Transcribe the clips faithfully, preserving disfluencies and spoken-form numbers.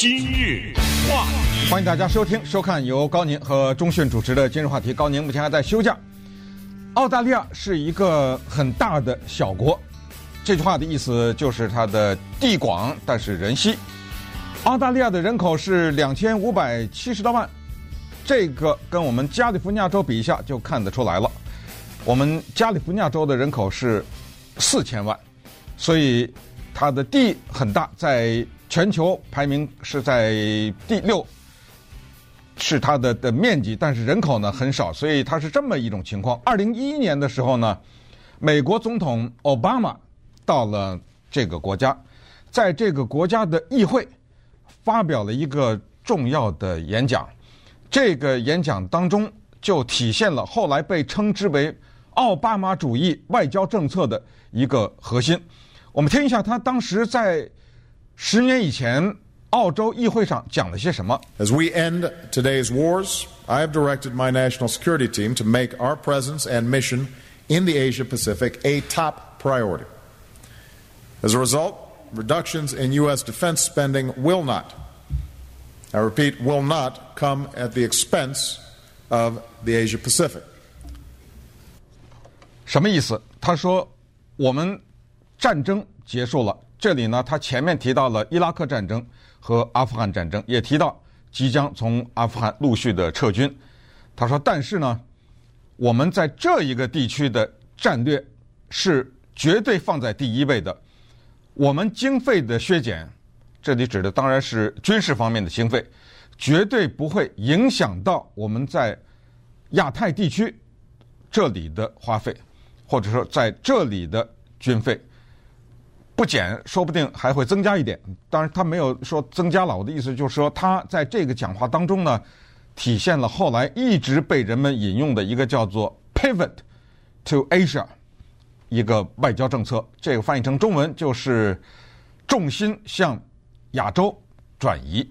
今日话题， 欢迎大家收听收看由高宁和钟迅主持的今日话题。高宁目前还在休假。澳大利亚是一个很大的小国，这句话的意思就是它的地广但是人稀。澳大利亚的人口是两千五百七十多万，这个跟我们加利福尼亚州比一下就看得出来了。我们加利福尼亚州的人口是四千万，所以它的地很大，在全球排名是在第六，是它的的面积，但是人口呢很少，所以它是这么一种情况。二零一一年的时候呢，美国总统奥巴马到了这个国家，在这个国家的议会发表了一个重要的演讲，这个演讲当中就体现了后来被称之为奥巴马主义外交政策的一个核心。我们听一下他当时在十年以前澳洲议会上讲了些什么。 As we end today's wars, I have directed my national security team to make our presence and mission in the Asia Pacific a top priority. As a result, reductions in U S defense spending will not, I repeat, will not come at the expense of the Asia Pacific. 什么意思？他说我们战争结束了，这里呢他前面提到了伊拉克战争和阿富汗战争，也提到即将从阿富汗陆续的撤军。他说但是呢我们在这一个地区的战略是绝对放在第一位的，我们经费的削减，这里指的当然是军事方面的经费，绝对不会影响到我们在亚太地区这里的花费，或者说在这里的军费不减，说不定还会增加一点。当然他没有说增加了，我的意思就是说他在这个讲话当中呢体现了后来一直被人们引用的一个叫做 pivot to Asia 一个外交政策，这个翻译成中文就是重心向亚洲转移。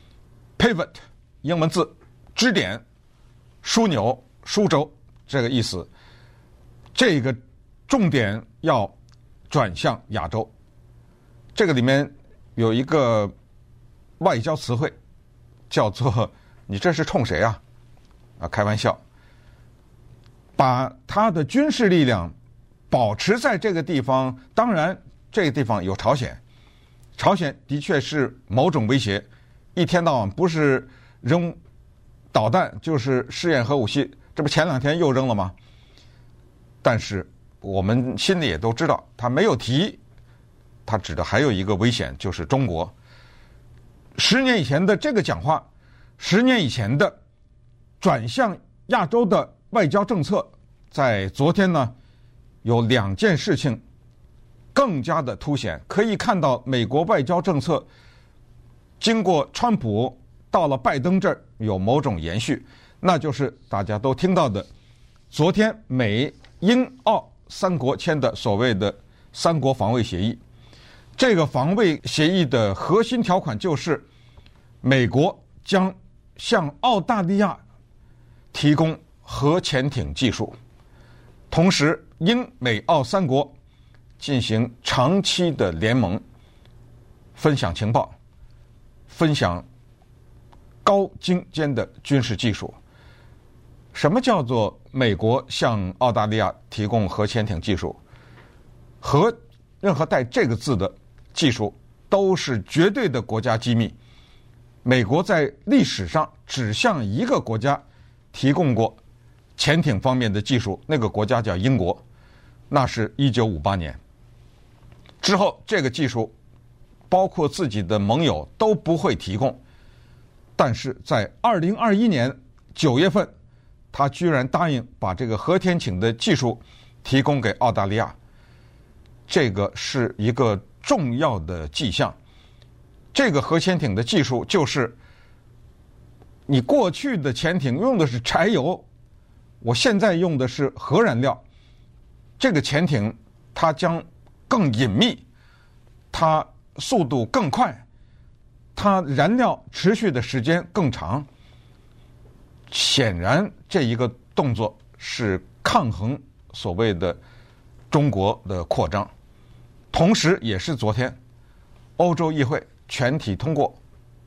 pivot 英文字支点、枢纽、枢轴这个意思，这个重点要转向亚洲。这个里面有一个外交词汇叫做你这是冲谁啊？啊，开玩笑。把他的军事力量保持在这个地方，当然这个地方有朝鲜，朝鲜的确是某种威胁，一天到晚不是扔导弹就是试验核武器，这不前两天又扔了吗？但是我们心里也都知道他没有提，他指的还有一个危险就是中国。十年以前的这个讲话，十年以前的转向亚洲的外交政策，在昨天呢有两件事情更加的凸显，可以看到美国外交政策经过川普到了拜登这儿有某种延续，那就是大家都听到的昨天美英澳三国签的所谓的三国防卫协议。这个防卫协议的核心条款就是美国将向澳大利亚提供核潜艇技术，同时英美澳三国进行长期的联盟，分享情报，分享高精尖的军事技术。什么叫做美国向澳大利亚提供核潜艇技术？核任何带这个字的技术都是绝对的国家机密。美国在历史上只向一个国家提供过潜艇方面的技术，那个国家叫英国，那是一九五八年。之后这个技术包括自己的盟友都不会提供，但是在二零二一年九月份，他居然答应把这个核潜艇的技术提供给澳大利亚，这个是一个重要的迹象。这个核潜艇的技术就是你过去的潜艇用的是柴油，我现在用的是核燃料，这个潜艇它将更隐秘，它速度更快，它燃料持续的时间更长。显然这一个动作是抗衡所谓的中国的扩张，同时也是昨天欧洲议会全体通过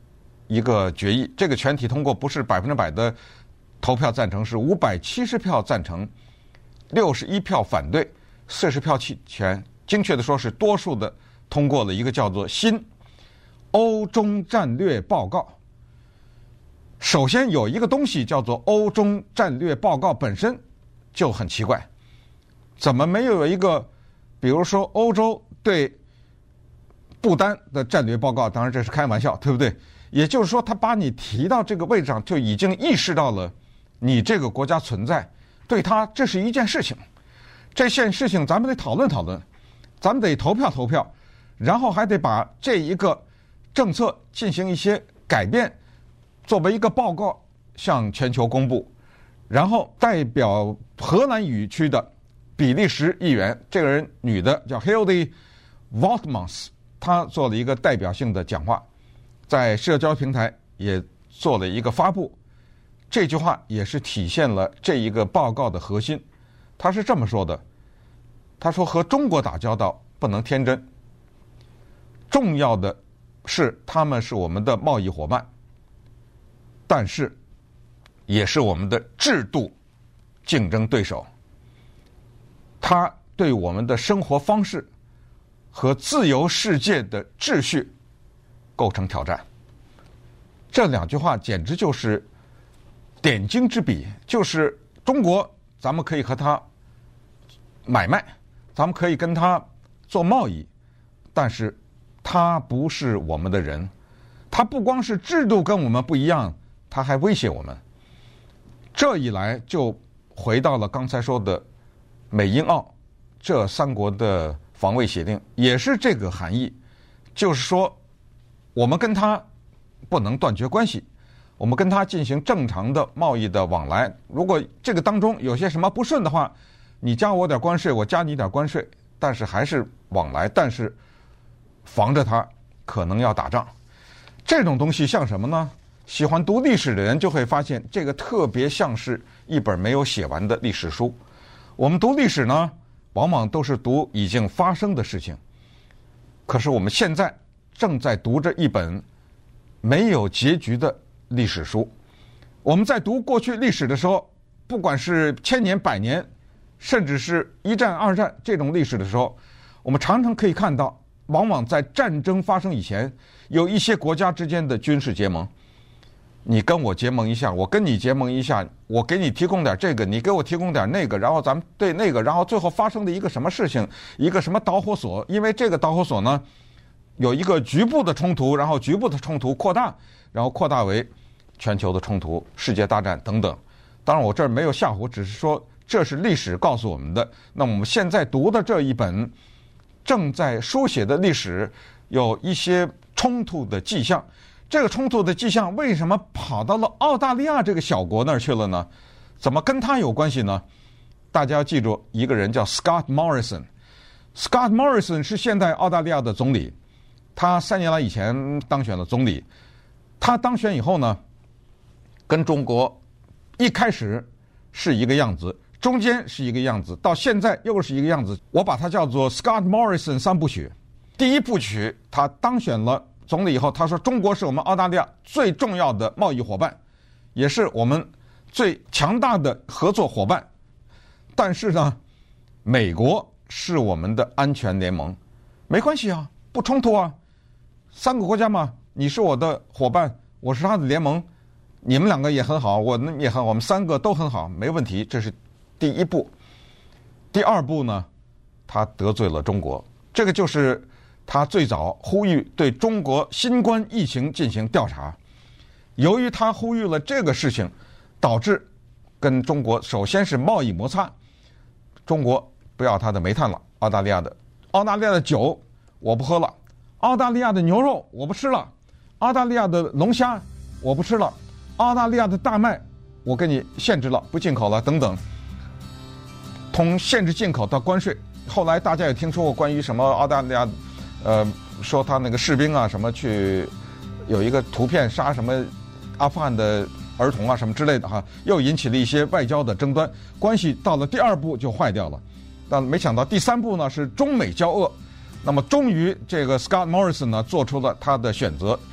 一个决议，这个全体通过不是百分之百的投票赞成，是五百七十票赞成，六十一票反对，四十票弃权，精确的说是多数的通过了一个叫做新欧中战略报告。首先有一个东西叫做欧中战略报告本身就很奇怪，怎么没有一个比如说欧洲对不丹的战略报告，当然这是开玩笑，对不对？也就是说他把你提到这个位置上，就已经意识到了你这个国家存在，对他这是一件事情，这件事情咱们得讨论讨论，咱们得投票投票，然后还得把这一个政策进行一些改变，作为一个报告向全球公布。然后代表荷兰语区的比利时议员，这个人女的叫 Hilde Woltmans， 她做了一个代表性的讲话，在社交平台也做了一个发布。这句话也是体现了这一个报告的核心。他是这么说的，他说和中国打交道不能天真，重要的是他们是我们的贸易伙伴，但是也是我们的制度竞争对手，他对我们的生活方式和自由世界的秩序构成挑战。这两句话简直就是点睛之笔，就是中国咱们可以和他买卖，咱们可以跟他做贸易，但是他不是我们的人，他不光是制度跟我们不一样，他还威胁我们。这一来就回到了刚才说的美英澳这三国的防卫协定，也是这个含义，就是说我们跟他不能断绝关系，我们跟他进行正常的贸易的往来，如果这个当中有些什么不顺的话，你加我点关税，我加你点关税，但是还是往来，但是防着他可能要打仗。这种东西像什么呢？喜欢读历史的人就会发现，这个特别像是一本没有写完的历史书。我们读历史呢，往往都是读已经发生的事情，可是我们现在正在读着一本没有结局的历史书。我们在读过去历史的时候，不管是千年百年，甚至是一战二战这种历史的时候，我们常常可以看到，往往在战争发生以前，有一些国家之间的军事结盟，你跟我结盟一下，我跟你结盟一下，我给你提供点这个，你给我提供点那个，然后咱们对那个，然后最后发生的一个什么事情，一个什么导火索，因为这个导火索呢有一个局部的冲突，然后局部的冲突扩大，然后扩大为全球的冲突、世界大战等等。当然我这儿没有吓唬，只是说这是历史告诉我们的。那我们现在读的这一本正在书写的历史有一些冲突的迹象，这个冲突的迹象为什么跑到了澳大利亚这个小国那儿去了呢？怎么跟他有关系呢？大家要记住一个人叫 Scott Morrison。Scott Morrison 是现在澳大利亚的总理，他三年来以前当选了总理。他当选以后呢，跟中国一开始是一个样子，中间是一个样子，到现在又是一个样子。我把它叫做 Scott Morrison 三部曲。第一部曲，他当选了总理以后，他说中国是我们澳大利亚最重要的贸易伙伴，也是我们最强大的合作伙伴。但是呢，美国是我们的安全联盟，没关系啊，不冲突啊，三个国家嘛，你是我的伙伴，我是他的联盟，你们两个也很好，我们也很好，我们三个都很好，没问题。这是第一步。第二步呢，他得罪了中国，这个就是他最早呼吁对中国新冠疫情进行调查。由于他呼吁了这个事情，导致跟中国首先是贸易摩擦，中国不要他的煤炭了，澳大利亚的澳大利亚的酒我不喝了，澳大利亚的牛肉我不吃了，澳大利亚的龙虾我不吃了，澳大利亚的大麦我给你限制了，不进口了等等。从限制进口到关税，后来大家也听说过关于什么澳大利亚呃，说他那个士兵啊，什么去有一个图片杀什么阿富汗的儿童啊，什么之类的哈，又引起了一些外交的争端，关系到了第二步就坏掉了。但没想到第三步呢是中美交恶，那么终于这个 Scott Morrison 呢做出了他的选择，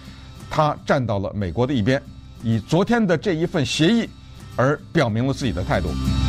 他站到了美国的一边，以昨天的这一份协议而表明了自己的态度。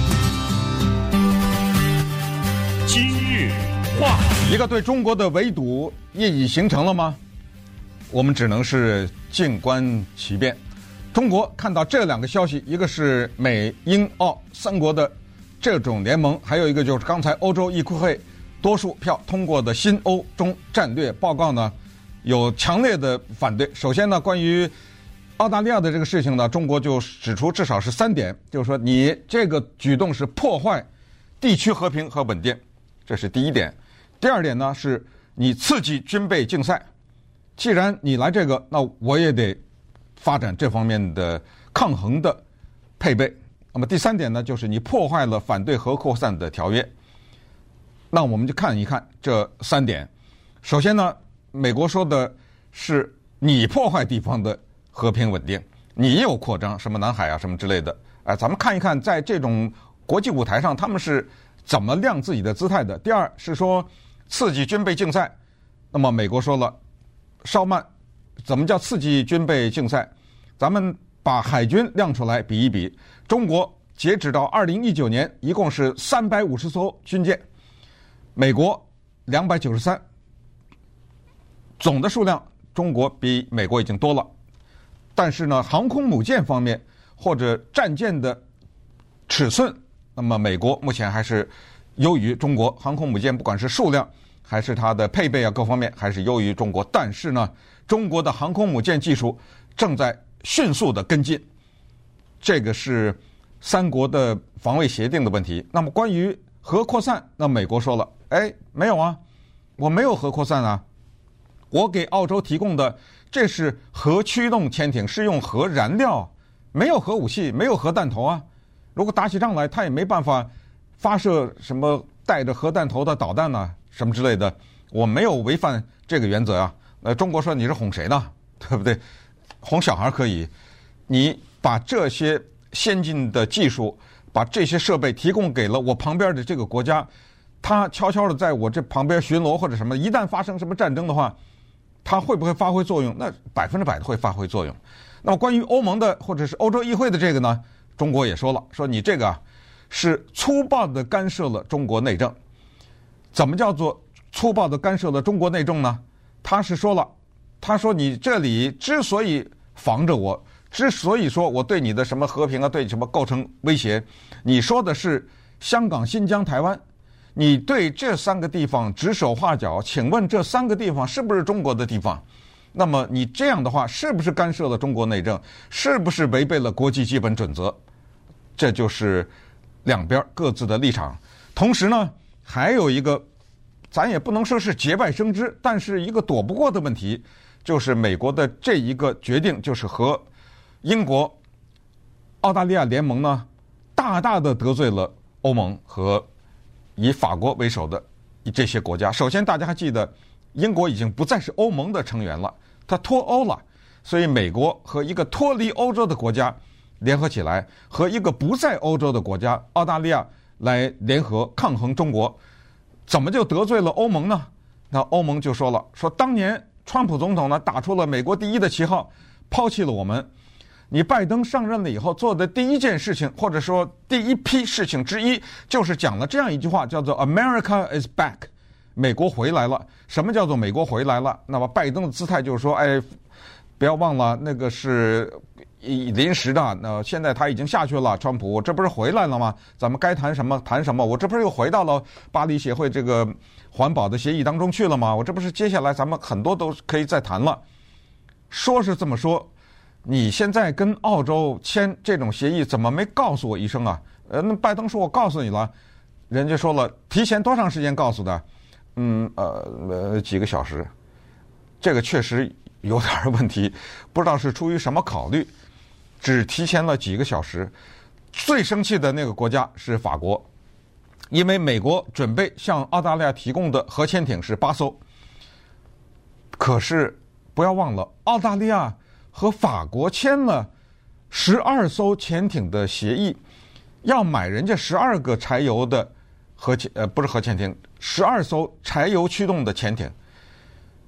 今日话题， 一个对中国的围堵业已形成了吗？我们只能是静观其变。中国看到这两个消息，一个是美英澳三国的这种联盟，还有一个就是刚才欧洲议会多数票通过的新欧中战略报告呢，有强烈的反对。首先呢，关于澳大利亚的这个事情呢，中国就指出至少是三点，就是说你这个举动是破坏地区和平和稳定，这是第一点。第二点呢，是你刺激军备竞赛，既然你来这个，那我也得发展这方面的抗衡的配备。那么第三点呢，就是你破坏了反对核扩散的条约。那我们就看一看这三点。首先呢，美国说的是你破坏地方的和平稳定，你有扩张，什么南海啊什么之类的。哎，咱们看一看在这种国际舞台上他们是怎么亮自己的姿态的。第二是说刺激军备竞赛，那么美国说了，稍慢，怎么叫刺激军备竞赛？咱们把海军亮出来比一比，中国截止到二零一九年一共是三百五十艘军舰，美国两百九十三，总的数量中国比美国已经多了。但是呢，航空母舰方面或者战舰的尺寸，那么美国目前还是优于中国。航空母舰不管是数量还是它的配备啊各方面还是优于中国。但是呢，中国的航空母舰技术正在迅速的跟进，这个是三国的防卫协定的问题。那么关于核扩散，那美国说了，哎，没有啊，我没有核扩散啊，我给澳洲提供的这是核驱动潜艇，是用核燃料，没有核武器，没有核弹头啊。如果打起仗来，他也没办法发射什么带着核弹头的导弹啊什么之类的，我没有违反这个原则啊。呃，中国说你是哄谁呢？对不对？哄小孩可以，你把这些先进的技术，把这些设备提供给了我旁边的这个国家，他悄悄的在我这旁边巡逻或者什么，一旦发生什么战争的话，它会不会发挥作用？那百分之百的会发挥作用。那么关于欧盟的或者是欧洲议会的这个呢，中国也说了，说你这个啊是粗暴的干涉了中国内政。怎么叫做粗暴的干涉了中国内政呢？他是说了，他说你这里之所以防着我，之所以说我对你的什么和平啊，对什么构成威胁，你说的是香港、新疆、台湾，你对这三个地方指手画脚，请问这三个地方是不是中国的地方？那么你这样的话，是不是干涉了中国内政？是不是违背了国际基本准则？这就是两边各自的立场。同时呢，还有一个，咱也不能说是节外生枝，但是一个躲不过的问题，就是美国的这一个决定，就是和英国、澳大利亚联盟呢，大大的得罪了欧盟和以法国为首的这些国家。首先，大家还记得，英国已经不再是欧盟的成员了，它脱欧了，所以美国和一个脱离欧洲的国家联合起来，和一个不在欧洲的国家澳大利亚来联合抗衡中国，怎么就得罪了欧盟呢？那欧盟就说了，说当年川普总统呢打出了美国第一的旗号，抛弃了我们。你拜登上任了以后做的第一件事情，或者说第一批事情之一，就是讲了这样一句话，叫做 America is back， 美国回来了。什么叫做美国回来了？那么拜登的姿态就是说，哎，不要忘了那个是临时的，那现在他已经下去了，川普这不是回来了吗？咱们该谈什么谈什么，我这不是又回到了巴黎协会这个环保的协议当中去了吗？我这不是接下来咱们很多都可以再谈了。说是这么说，你现在跟澳洲签这种协议，怎么没告诉我一声啊？呃，那拜登说我告诉你了，人家说了，提前多长时间告诉的？嗯，呃呃，几个小时。这个确实有点问题，不知道是出于什么考虑，只提前了几个小时。最生气的那个国家是法国，因为美国准备向澳大利亚提供的核潜艇是八艘，可是不要忘了，澳大利亚和法国签了十二艘潜艇的协议，要买人家十二个柴油的核潜呃不是核潜艇，十二艘柴油驱动的潜艇。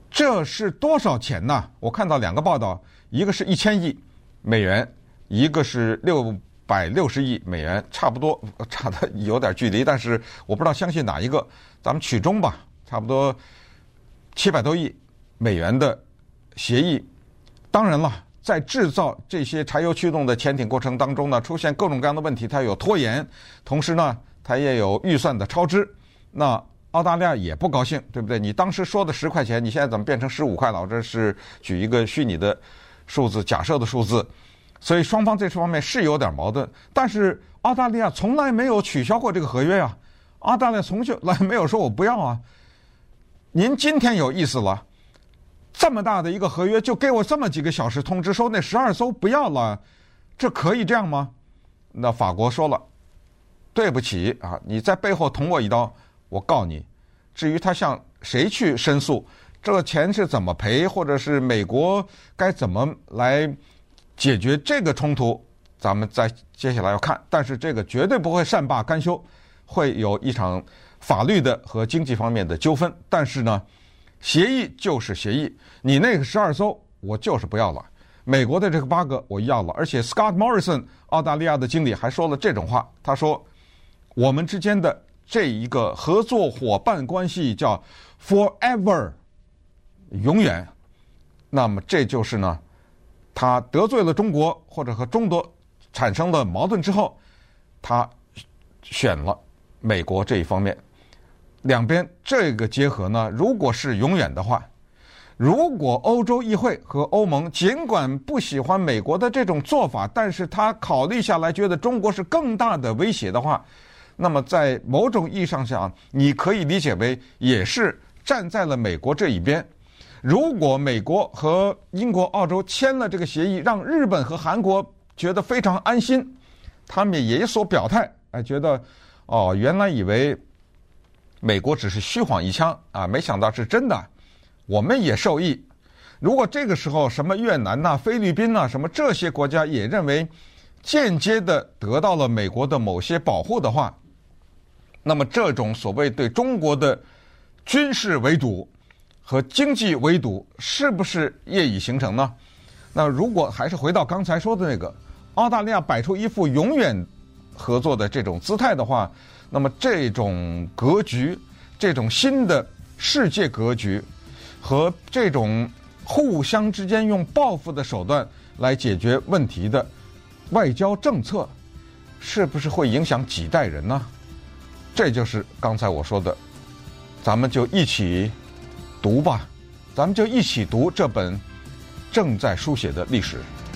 这是多少钱呢？我看到两个报道，一个是一千亿美元，一个是六百六十亿美元，差不多，差的有点距离，但是我不知道相信哪一个，咱们取中吧，差不多七百多亿美元的协议。当然了，在制造这些柴油驱动的潜艇过程当中呢，出现各种各样的问题，它有拖延，同时呢，它也有预算的超支。那澳大利亚也不高兴，对不对？你当时说的十块钱，你现在怎么变成十五块了？我这是举一个虚拟的数字，假设的数字，所以双方这方面是有点矛盾。但是澳大利亚从来没有取消过这个合约啊，澳大利亚从来没有说我不要啊。您今天有意思了。这么大的一个合约，就给我这么几个小时通知，说那十二艘不要了，这可以这样吗？那法国说了，对不起啊，你在背后捅我一刀，我告你。至于他向谁去申诉，这个钱是怎么赔，或者是美国该怎么来解决这个冲突，咱们在接下来要看。但是这个绝对不会善罢甘休，会有一场法律的和经济方面的纠纷。但是呢，协议就是协议，你那个十二艘我就是不要了，美国的这个八个我要了。而且 Scott Morrison 澳大利亚的经理还说了这种话，他说我们之间的这一个合作伙伴关系叫 forever 永远。那么这就是呢，他得罪了中国或者和中国产生了矛盾之后，他选了美国这一方面。两边这个结合呢，如果是永远的话，如果欧洲议会和欧盟尽管不喜欢美国的这种做法，但是他考虑下来觉得中国是更大的威胁的话，那么在某种意义上讲，你可以理解为也是站在了美国这一边。如果美国和英国、澳洲签了这个协议，让日本和韩国觉得非常安心，他们也有所表态，哎，觉得哦，原来以为美国只是虚晃一枪啊，没想到是真的，我们也受益。如果这个时候什么越南呐、菲律宾呐、什么这些国家也认为间接的得到了美国的某些保护的话，那么这种所谓对中国的军事围堵和经济围堵是不是业已形成呢？那如果还是回到刚才说的那个，澳大利亚摆出一副永远合作的这种姿态的话，那么这种格局，这种新的世界格局和这种互相之间用报复的手段来解决问题的外交政策，是不是会影响几代人呢？这就是刚才我说的，咱们就一起读吧，咱们就一起读这本正在书写的历史。